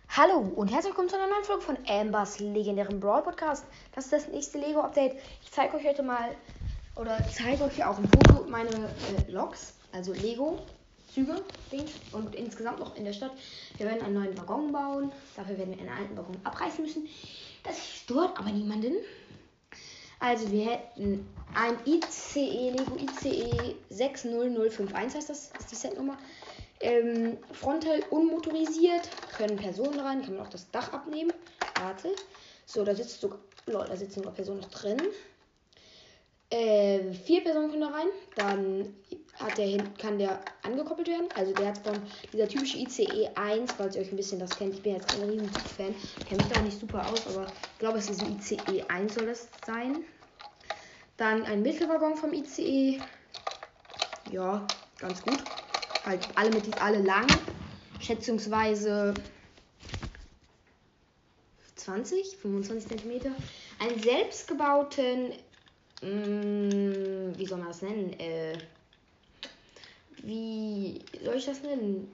Hallo und herzlich willkommen zu einer neuen Folge von Ambers legendären Brawl Podcast. Das ist das nächste Lego Update. Ich zeige euch heute mal, oder zeige euch hier auch im Foto meine Loks, also Lego Züge, Dings und insgesamt noch in der Stadt. Wir werden einen neuen Waggon bauen. Dafür werden wir einen alten Waggon abreißen müssen. Das stört aber niemanden. Also wir hätten ein ICE, Lego ICE 60051 heißt das, ist die Setnummer. Frontteil unmotorisiert, können Personen rein, kann man auch das Dach abnehmen. Warte. So, da sitzt sogar, da sitzen sogar Personen noch drin. 4 Personen können da rein. Dann kann der angekoppelt werden. Also der hat von dieser typische ICE 1, falls ihr euch ein bisschen das kennt. Ich bin jetzt kein riesen Fan. Kenne mich da auch nicht super aus, aber ich glaube, es ist ein ICE 1 soll das sein. Dann ein Mittelwaggon vom ICE. Ja, ganz gut. Halt alle lang. Schätzungsweise 25 cm. Einen selbstgebauten, wie soll man das nennen? Wie soll ich das nennen?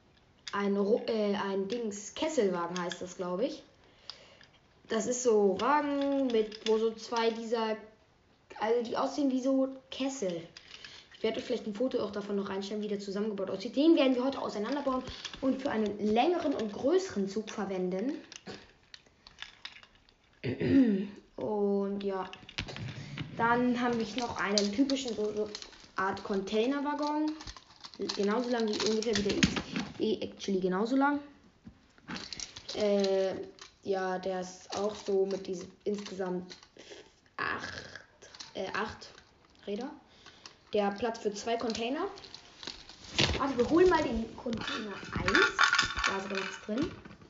Ein Kesselwagen heißt das, glaube ich. Das ist so Wagen wo so zwei dieser, also die aussehen wie so Kessel. Ich werde euch vielleicht ein Foto auch davon noch reinstellen, wie der zusammengebaut aussieht. Den werden wir heute auseinanderbauen und für einen längeren und größeren Zug verwenden. Und ja, dann habe ich noch einen typischen so Art Containerwaggon. Genauso lang wie ungefähr wie der XE, actually genauso lang. Ja, der ist auch so mit diesen insgesamt 8 Räder. Der Platz für 2 Container. Warte, wir holen mal den Container 1. Da ist aber nichts drin.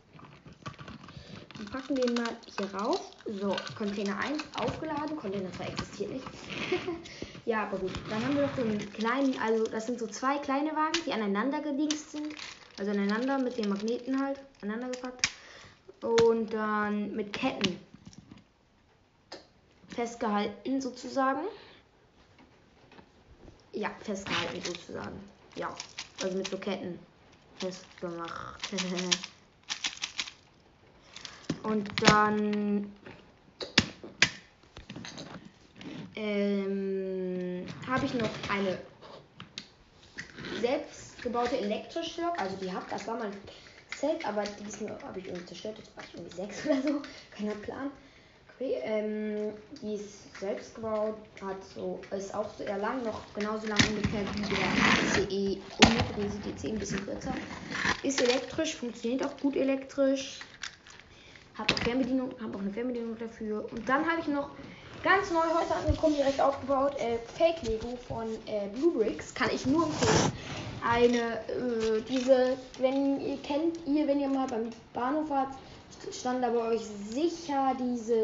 Und packen den mal hier rauf. So, Container 1 aufgeladen. Container 2 existiert nicht. Ja, aber gut. Dann haben wir noch so einen kleinen, also das sind so 2 kleine Wagen, die aneinander gedingst sind. Also aneinander mit den Magneten halt aneinander gepackt. Und dann mit Ketten festgehalten sozusagen. Ja, festgehalten sozusagen. Ja, also mit so Ketten festgemacht. Und dann habe ich noch eine selbstgebaute elektrische Lok. Also das war mal ein Set, aber die habe ich irgendwie zerstört. Jetzt war ich irgendwie 6 oder so. Keiner Plan. Okay, die ist selbst gebaut, ist auch sehr lang, noch genauso lang ungefähr wie der ICE unmotorisierte ICE, ein bisschen kürzer. Ist elektrisch, funktioniert auch gut elektrisch. Habe auch eine Fernbedienung dafür. Und dann habe ich noch ganz neu heute angekommen, direkt aufgebaut, Fake Lego von Bluebricks. Kann ich nur empfehlen. Wenn ihr mal beim Bahnhof wart, stand da bei euch sicher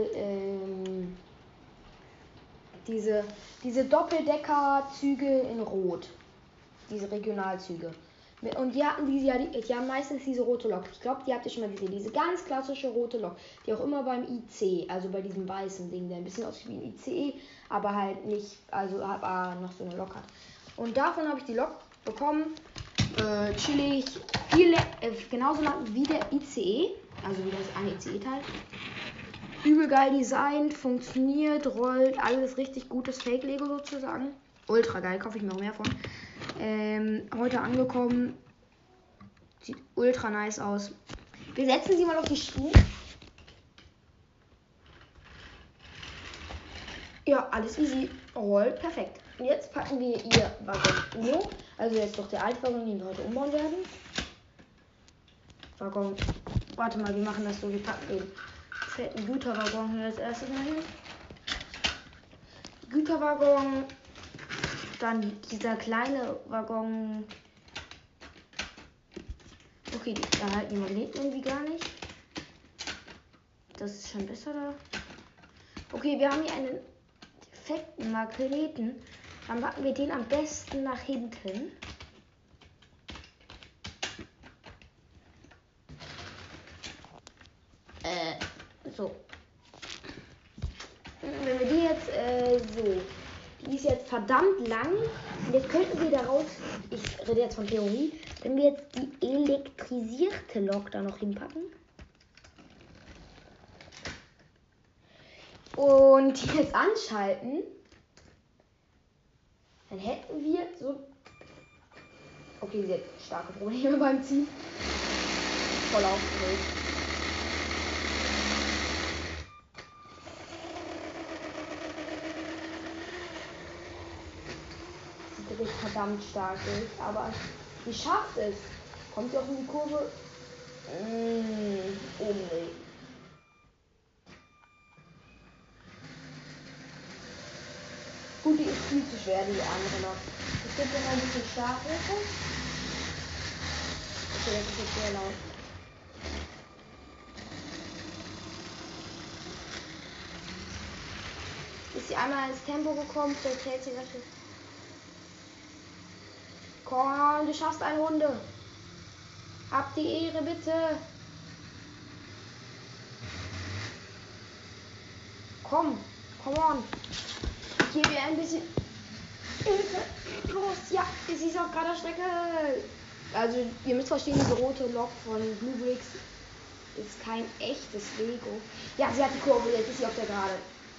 diese Doppeldecker-Züge in Rot. Diese Regionalzüge. Und die haben meistens diese rote Lok. Ich glaube, die habt ihr schon mal gesehen. Diese ganz klassische rote Lok, die auch immer beim IC, also bei diesem weißen Ding, der ein bisschen aussieht wie ein ICE, aber halt nicht, also aber noch so eine Lok hat. Und davon habe ich die Lok bekommen. Chillig, genauso lang wie der ICE, also wie das eine ICE-Teil. Übel geil designt, funktioniert, rollt, alles richtig gutes Fake-Lego sozusagen. Ultra geil, kaufe ich mir auch mehr von. Heute angekommen, sieht ultra nice aus. Wir setzen sie mal auf die Schiene. Ja, alles easy, rollt, perfekt. Und jetzt packen wir ihr Waggon Uno. Also jetzt noch der alte Waggon, den wir heute umbauen werden. Waggon. Warte mal, wir machen das so. Wir packen den fetten Güterwaggon hier als erstes mal hin. Güterwaggon. Dann dieser kleine Waggon. Okay, da halten die Magneten irgendwie gar nicht. Das ist schon besser da. Okay, wir haben hier einen defekten Magneten. Dann packen wir den am besten nach hinten. So. Wenn wir die jetzt die ist jetzt verdammt lang. Und jetzt könnten wir daraus, ich rede jetzt von Theorie, wenn wir jetzt die elektrisierte Lok da noch hinpacken, und die jetzt anschalten, dann hätten wir so... Okay, sie hat starke Probleme beim Ziehen. Voll aufgeregt. Sie dreht verdammt stark durch, aber sie schafft es. Kommt sie auch in die Kurve? Oh nee. Gut, die ist viel zu schwer, die andere noch. Ich gebe dir mal ein bisschen Starthilfe. Okay, das ist jetzt sehr laut. Ist sie einmal ins Tempo gekommen, so zählt sie dafür. Komm, du schaffst eine Runde. Hab die Ehre, bitte. Komm, come on. Ich gebe ihr ein bisschen Hilfe. Los, ja, sie ist auf gerader Strecke. Also, ihr müsst verstehen, diese rote Lok von Blue Bricks ist kein echtes Lego. Ja, sie hat die Kurve, jetzt ist sie auf der Gerade.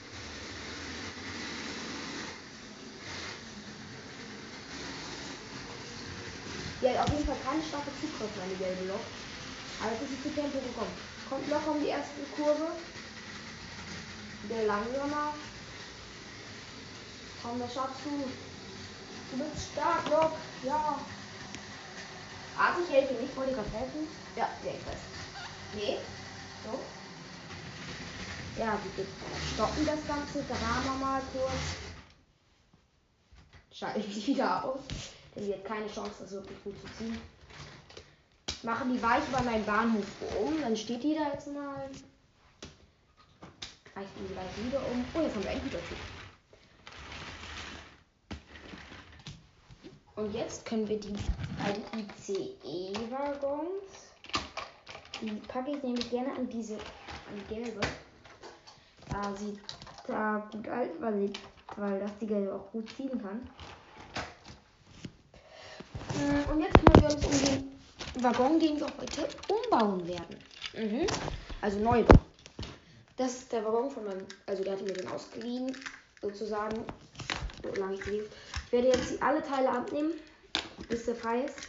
Die hat auf jeden Fall keine starke Zugkraft, meine gelbe Lok. Aber jetzt ist sie zu Tempo gekommen. Kommt locker um die erste Kurve. Der langsamer. Komm, das schaffst du. Du bist stark, Lok. Ja. Ich helfe nicht, wollte ich gerade helfen? Ja, sehr fest. Nee. So. Ja, wir stoppen das Ganze. Drehen wir mal kurz. Schalte ich wieder aus. Denn sie hat keine Chance, das wirklich gut zu ziehen. Machen die Weiche bei meinem Bahnhof um. Dann steht die da jetzt mal. Ich die gleich wieder um. Oh, jetzt haben wir einen Güterzug. Und jetzt können wir die beiden ICE-Waggons, die packe ich nämlich gerne an die gelbe. Da sieht da gut aus, weil das die gelbe auch gut ziehen kann. Und jetzt kümmern wir uns um den Waggon, den wir heute umbauen werden. Also neu. Das ist der Waggon von meinem, also der hatte mir den ausgeliehen, sozusagen, solange ich lebe. Ich werde jetzt alle Teile abnehmen, bis der frei ist.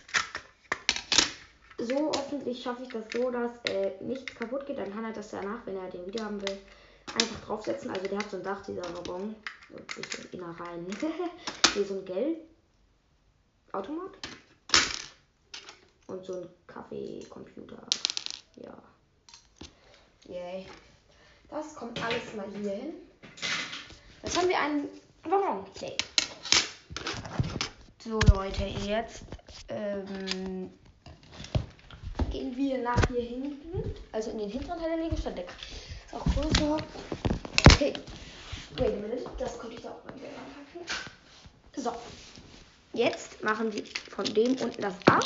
So hoffentlich schaffe ich das so, dass nichts kaputt geht. Dann kann er das danach, wenn er den wieder haben will, einfach draufsetzen. Also der hat so ein Dach, dieser Waggon. So ein bisschen Innereien. Hier so ein Geldautomat. Und so ein Kaffeecomputer. Ja. Yay. Das kommt alles mal hier hin. Jetzt haben wir einen Waggon. Okay. So Leute, jetzt gehen wir nach hier hinten. Also in den hinteren Teil der Legostadt. Der ist auch größer. Okay. Wait a minute. Das konnte ich da auch mal wieder anpacken. So. Jetzt machen wir von dem unten das ab.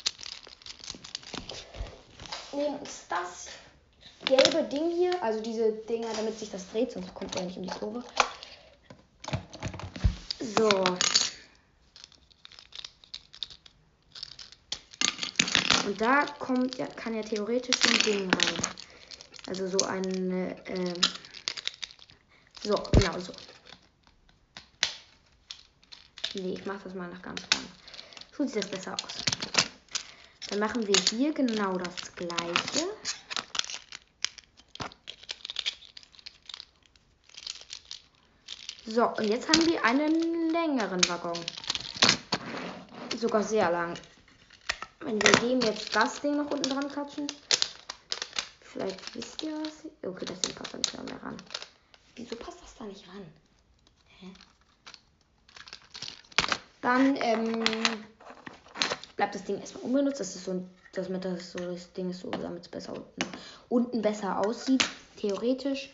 Nehmen uns das gelbe Ding hier, also diese Dinger, damit sich das dreht, sonst kommt er nicht in die Kurve. So. Und da kommt, ja, kann ja theoretisch so ein Ding rein. Also so ein, so, genau so. Nee, ich mache das mal nach ganz vorne. So sieht das besser aus. Dann machen wir hier genau das gleiche. So, und jetzt haben wir einen längeren Waggon. Sogar sehr lang. Wenn wir dem jetzt das Ding noch unten dran klatschen. Vielleicht wisst ihr was. Okay, das Ding passt da nicht mehr ran. Wieso passt das da nicht ran? Hä? Dann bleibt das Ding erstmal unbenutzt. Das ist so, das Ding ist so, damit es besser unten besser aussieht. Theoretisch.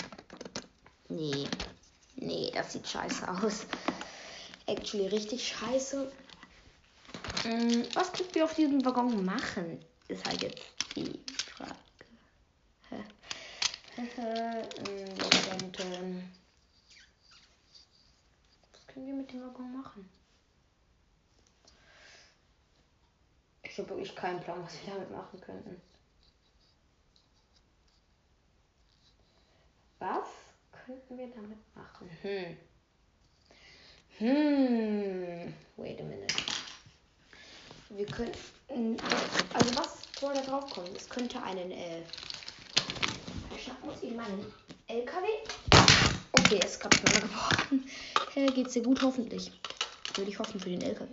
Nee, das sieht scheiße aus. Actually richtig scheiße. Was können wir auf diesem Waggon machen? Ist halt jetzt die Frage. Was können wir mit dem Waggon machen? Ich habe wirklich keinen Plan, was wir damit machen könnten. Was könnten wir damit machen? Wait a minute. Wir könnten, also was soll da drauf kommen? Es könnte einen, wir schnappen uns eben meinen LKW. Okay, es ist gerade schneller geworden. Geht's dir gut, hoffentlich. Würde ich hoffen für den LKW.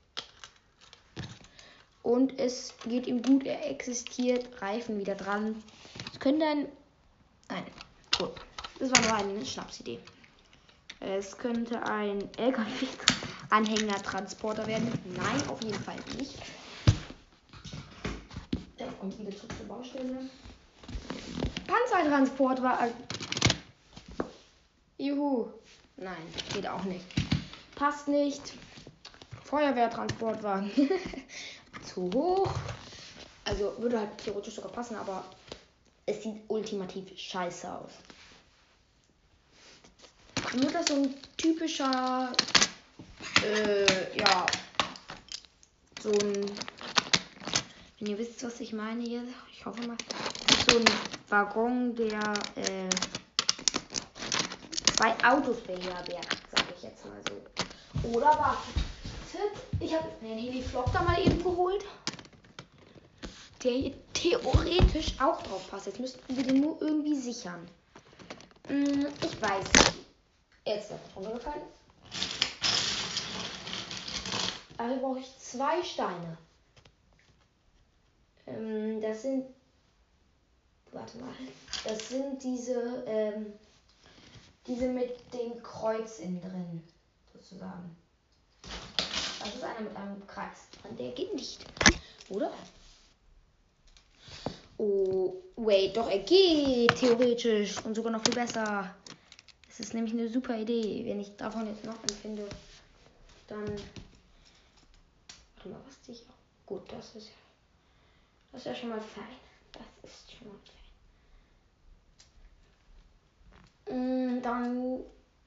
Und es geht ihm gut, er existiert, Reifen wieder dran. Es könnte nein, gut. Das war nur eine Schnapsidee. Es könnte ein LKW-Anhänger-Transporter werden. Nein, auf jeden Fall nicht. Er kommt wieder zurück zur Baustelle. Panzertransport war. Juhu. Nein, geht auch nicht. Passt nicht. Feuerwehrtransportwagen. Zu hoch. Also würde halt theoretisch sogar passen, aber es sieht ultimativ scheiße aus. Nur das so ein typischer, ja, so ein, wenn ihr wisst, was ich meine hier, ich hoffe mal, so ein Waggon, der 2 Autos beherbergt, sage ich jetzt mal so. Oder wartet, ich habe den Heli-Flop da mal eben geholt, der hier theoretisch auch drauf passt. Jetzt müssten wir den nur irgendwie sichern. Ich weiß nicht. Jetzt ist er runtergefallen. Also brauche ich 2 Steine. Das sind. Warte mal. Das sind diese mit dem Kreuz innen drin. Sozusagen. Das ist einer mit einem Kreis. Und der geht nicht. Oder? Oh, wait, doch, er geht theoretisch. Und sogar noch viel besser. Das ist nämlich eine super Idee. Wenn ich davon jetzt noch einen finde, dann. Warte mal, was ich auch. Gut, das ist ja schon mal fein. Das ist schon mal fein. Dann.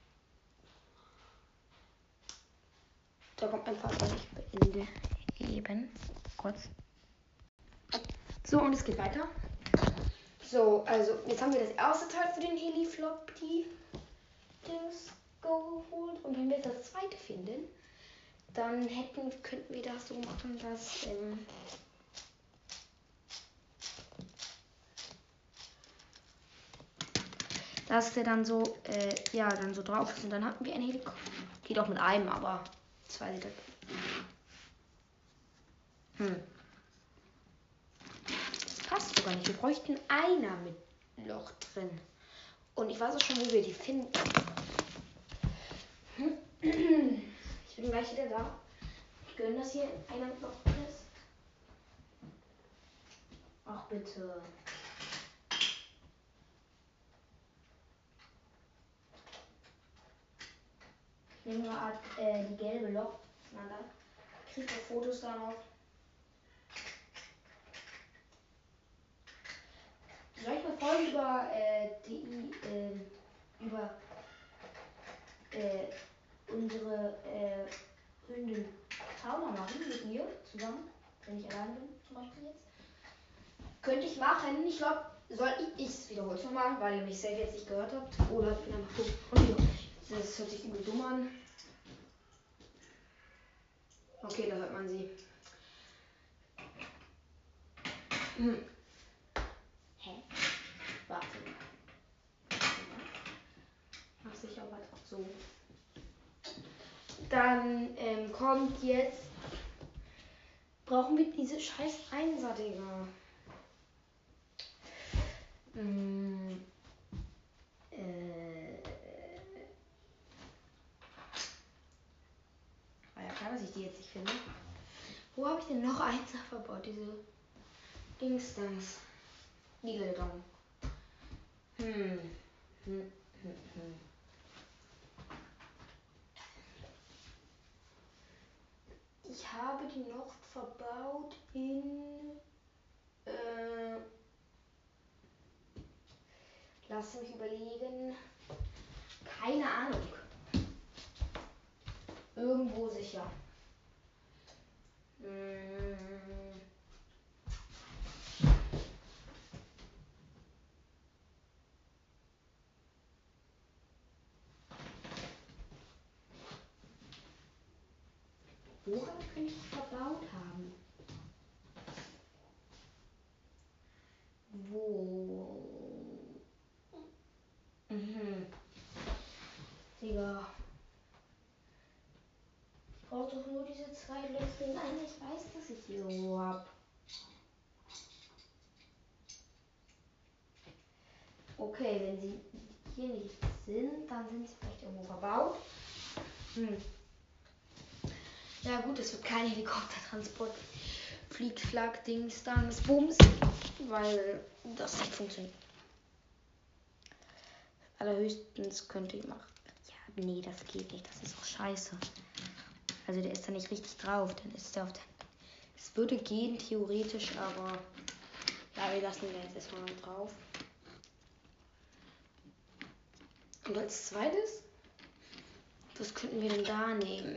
Da kommt ein Fahrzeug. Ich beende eben. Kurz. So, und es geht weiter. So, also jetzt haben wir das erste Teil für den Heli-Flop-Dings geholt. Und wenn wir das zweite finden, dann könnten wir das so machen, dass der dann so, dann so drauf ist. Und dann hatten wir einen Helikopter. Geht auch mit einem, aber 2 Liter. Das passt sogar nicht. Wir bräuchten einer mit Loch drin. Und ich weiß auch schon, wo wir die finden. Ich bin gleich wieder da. Ich gönne, dass hier einer mit Loch drin ist. Ach bitte. Nehmen wir die gelbe Loch auseinander. Kriegt ihr Fotos da noch? Soll ich eine Folge über über unsere Hündin Paula machen mit ihr zusammen, wenn ich allein bin, zum Beispiel jetzt? Könnte ich machen. Ich glaube, ich wiederhole es nochmal, weil ihr mich safe jetzt nicht gehört habt. Oder ich bin einfach so. Das hört sich übel dumm an. Okay, da hört man sie. Hä? Warte mal. Mach sich aber so. Dann kommt jetzt. Brauchen wir diese scheiß Einser, Digga. War ja klar, dass ich die jetzt nicht finde. Wo habe ich denn noch Einser verbaut? Diese Dingstans. Nigelgang. Ich habe die noch verbaut in. Lass mich überlegen. Keine Ahnung. Irgendwo sicher. Motorrad könnte ich verbaut haben. Wo? Digga. Ich brauche doch nur diese 2 Löffel. Nein, ich weiß, dass ich die so hab. Okay, wenn sie hier nicht sind, dann sind sie vielleicht irgendwo verbaut. Ja gut, es wird kein Helikoptertransport. Fliegt, Flag, Dings, Dings, Bums. Weil das nicht funktioniert. Allerhöchstens könnte ich machen. Ja, nee, das geht nicht. Das ist auch scheiße. Also der ist da nicht richtig drauf. Dann ist der auf der... Es würde gehen, theoretisch, aber... Ja, wir lassen den jetzt erstmal drauf. Und als zweites? Was könnten wir denn da nehmen?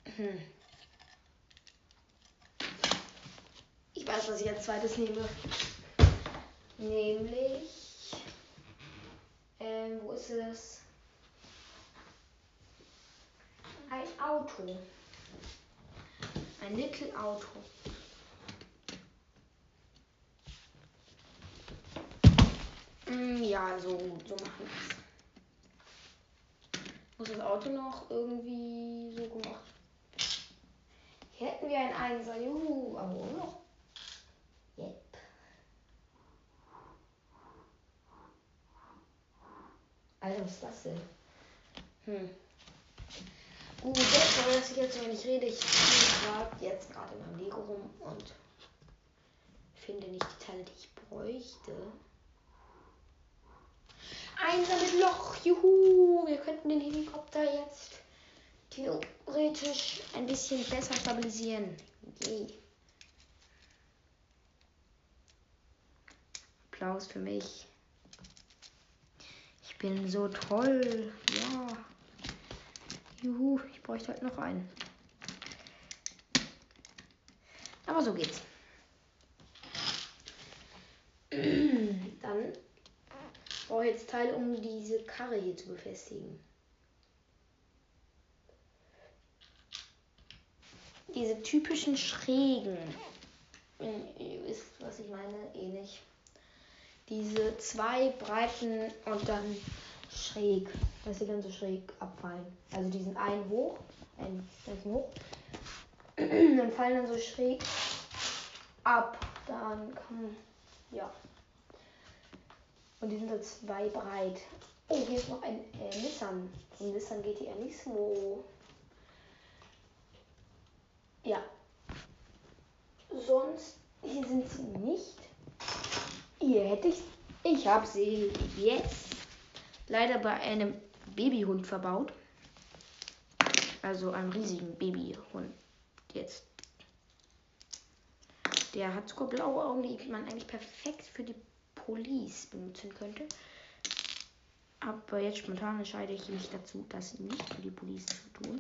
Ich weiß, was ich als zweites nehme. Nämlich... wo ist es? Ein Auto. Ein Little Auto. Ja, so machen wir es. Muss das Auto noch irgendwie so gemacht? Hier hätten wir ein Einser. Juhu, aber noch. Yep. Alter, was ist das denn? Gut, dass ich jetzt noch nicht rede. Ich spiele jetzt gerade in meinem Lego rum und finde nicht die Teile, die ich bräuchte. Einser mit Loch, juhu! Wir könnten den Helikopter jetzt theoretisch ein bisschen besser stabilisieren. Yay. Applaus für mich. Ich bin so toll. Ja. Juhu, ich bräuchte halt noch einen. Aber so geht's. Dann brauche ich jetzt Teile, um diese Karre hier zu befestigen. Diese typischen Schrägen. Ihr wisst, was ich meine, eh nicht. Diese 2 breiten und dann schräg, dass sie dann so schräg abfallen. Also diesen einen hoch, einen hoch. Dann fallen dann so schräg ab. Dann kann, ja. Und die sind so 2 breit. Oh, hier ist noch ein Nissan. Ein Nissan GTR Nismo. Ja. Sonst, hier sind sie nicht. Hier hätte ich. Ich habe sie jetzt leider bei einem Babyhund verbaut. Also einem riesigen Babyhund. Jetzt. Der hat sogar blaue Augen, die man eigentlich perfekt für die Police benutzen könnte. Aber jetzt spontan entscheide ich mich dazu, das nicht für die Police zu tun.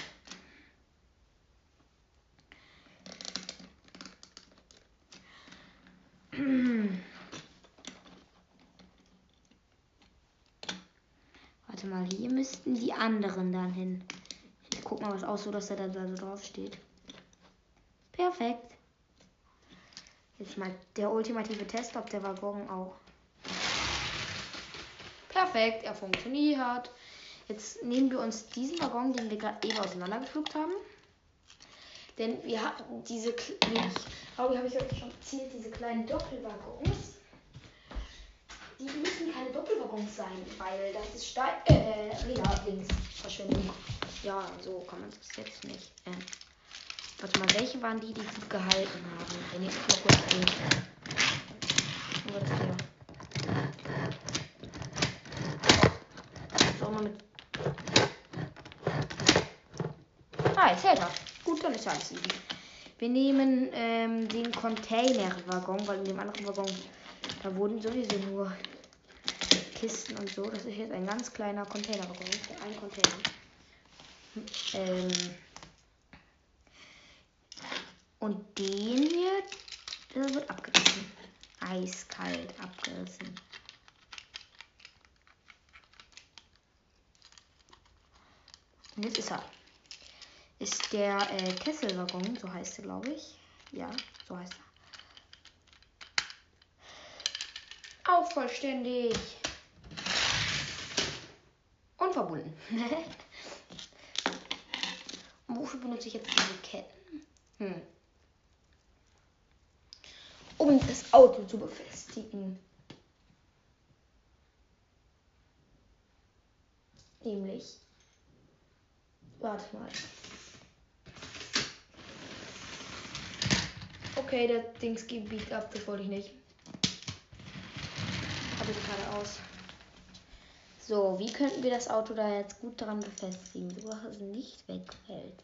Warte mal, hier müssten die anderen dann hin. Ich guck mal was aus, so dass er da so drauf steht. Perfekt. Jetzt mal der ultimative Test, ob der Waggon auch. Perfekt, er funktioniert. Jetzt nehmen wir uns diesen Waggon, den wir gerade eben auseinandergepflückt haben. Denn wir hatten diese, habe ich euch schon erzählt, diese kleinen Doppelwaggons. Die müssen keine Doppelwaggons sein, weil das ist Räderdingsverschwendung. Ja, so kann man es jetzt nicht. Warte mal, welche waren die gut gehalten haben? Wenn ich mal kurz Wo war das hier? So, mal mit. Jetzt hält er. Gut, dann ist alles easy. Wir nehmen den Containerwaggon, weil in dem anderen Waggon, da wurden sowieso nur Kisten und so. Das ist jetzt ein ganz kleiner Containerwaggon. Ein Container. Und den hier, der wird abgerissen. Eiskalt abgerissen. Und jetzt ist er. ist der Kesselwaggon, so heißt er, glaube ich. Ja, so heißt er. Auch vollständig. Und verbunden. Und wofür benutze ich jetzt diese Ketten? Um das Auto zu befestigen. Nämlich. Warte mal. Okay, das Dings biegt ab, das wollte ich nicht. Habe ich gerade aus. So, wie könnten wir das Auto da jetzt gut dran befestigen, so dass es nicht wegfällt?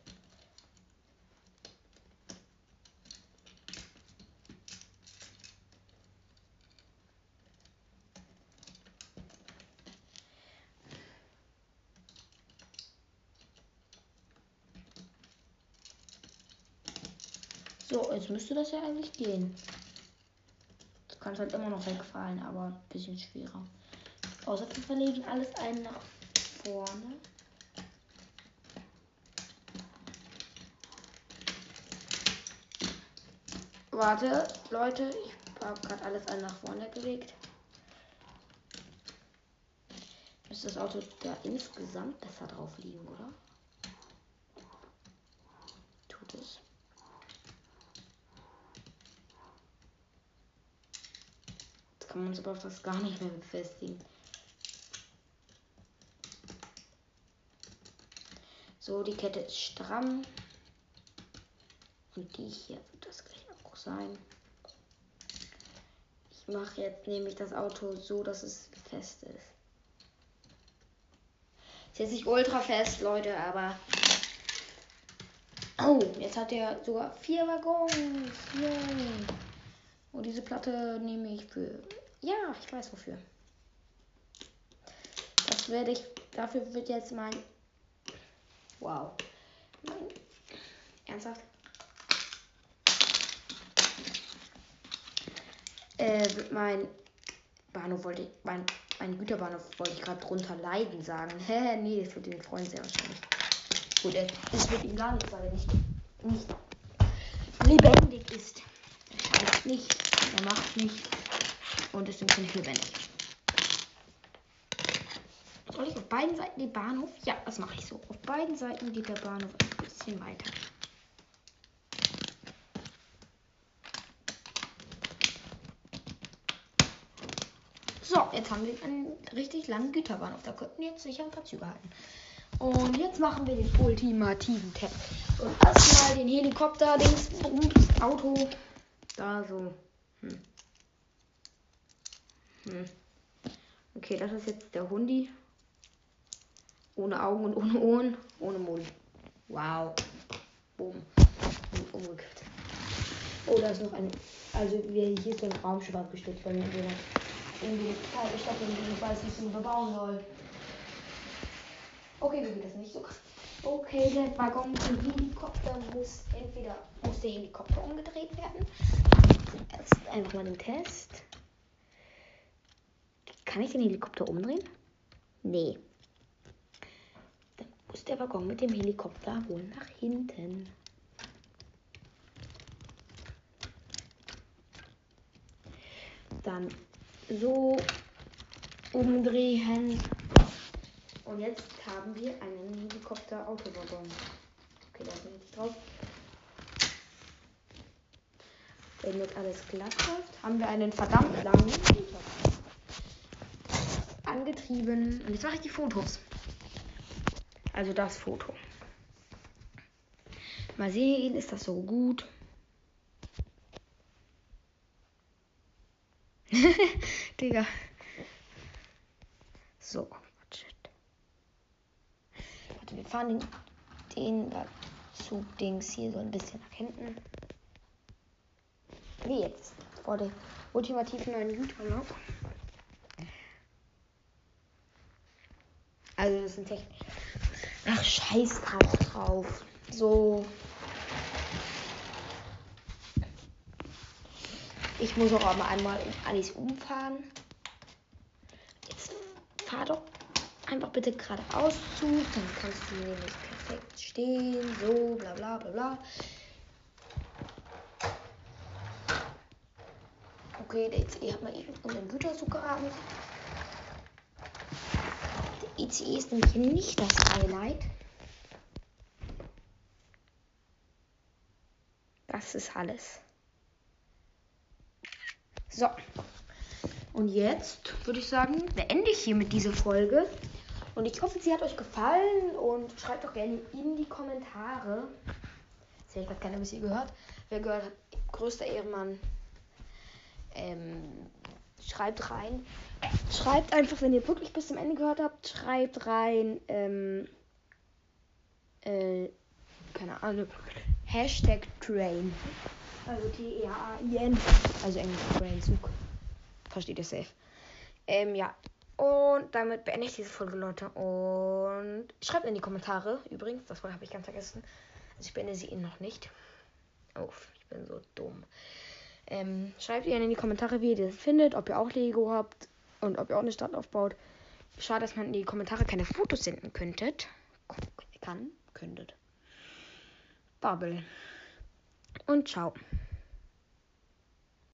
So, jetzt müsste das ja eigentlich gehen. Das kann halt immer noch wegfallen, aber ein bisschen schwerer. Außer wir verlegen alles ein nach vorne. Warte, Leute, ich habe gerade alles ein nach vorne gelegt. Müsste das Auto da insgesamt besser drauf liegen, oder? Tut es. Jetzt kann man es aber fast gar nicht mehr befestigen. So, die Kette ist stramm. Und die hier wird das gleich auch sein. Ich mache jetzt nämlich das Auto so, dass es fest ist. Ist jetzt nicht ultra fest, Leute, aber... Oh, jetzt hat er sogar 4 Waggons. Yay. Und diese Platte nehme ich für... Ja, ich weiß wofür. Das werde ich... Dafür wird jetzt mein... Wow. Ernsthaft? Mein Bahnhof wollte ich... Mein Güterbahnhof wollte ich gerade drunter leiden sagen. Nee, das wird ihn freuen sehr wahrscheinlich. Gut, es wird ihm gar nicht, weil er nicht lebendig ist. Er schafft nicht, er macht nicht und ist nicht lebendig. Soll ich auf beiden Seiten den Bahnhof? Ja, das mache ich so. Auf beiden Seiten geht der Bahnhof ein bisschen weiter. So, jetzt haben wir einen richtig langen Güterbahnhof. Da könnten wir jetzt sicher ein paar Züge halten. Und jetzt machen wir den ultimativen Test. Und erstmal den Helikopter, das Auto. Da so. Okay, das ist jetzt der Hundi. Ohne Augen und ohne Ohren. Ohne Mund. Wow. Boom. Und umgekippt. Oh, da ist noch ein... Also hier ist so ein Raumschiff abgestürzt, weil mir in die kalte Stadt und ich weiß nicht, wie man bauen soll. Okay, so geht das nicht so krass. Okay, der Waggon zum Helikopter muss der Helikopter umgedreht werden. Erst einfach mal den Test. Kann ich den Helikopter umdrehen? Nee. Dann muss der Waggon mit dem Helikopter wohl nach hinten. Dann so umdrehen. Und jetzt haben wir einen Helikopter-Autowaggon. Okay, da bin ich drauf. Wenn jetzt alles glatt läuft, haben wir einen verdammt langen Motor. Angetrieben. Und jetzt mache ich die Fotos. Also das Foto. Mal sehen, ist das so gut? Digga. So. Warte, wir fahren den Zugdings hier so ein bisschen nach hinten. Wie jetzt? Vor der ultimativen neuen Güterlok. Also das ist ein Technik. Ach, scheiß drauf. So. Ich muss auch einmal alles umfahren. Jetzt fahr doch einfach bitte geradeaus zu. Dann kannst du nämlich Text stehen, so, bla bla bla bla. Okay, der ICE hat mal eben unseren Güterzug gerammt. Der ICE ist nämlich nicht das Highlight. Das ist alles. So. Und jetzt würde ich sagen, beende ich hiermit diese Folge. Und ich hoffe, sie hat euch gefallen. Und schreibt doch gerne in die Kommentare. Vielleicht hat keiner bis hier gehört. Wer gehört hat, größter Ehrenmann. Schreibt rein. Schreibt einfach, wenn ihr wirklich bis zum Ende gehört habt, schreibt rein. Keine Ahnung. Hashtag Train. Also T-E-A-I-N. Also Englisch Train, Zug. Versteht ihr safe. Ja. Und damit beende ich diese Folge, Leute. Und schreibt in die Kommentare. Übrigens, das habe ich ganz vergessen. Also ich beende sie noch nicht. Oh, ich bin so dumm. Schreibt ihr in die Kommentare, wie ihr das findet. Ob ihr auch Lego habt. Und ob ihr auch eine Stadt aufbaut. Schade, dass man in die Kommentare keine Fotos senden könntet. Könntet. Bubble. Und ciao.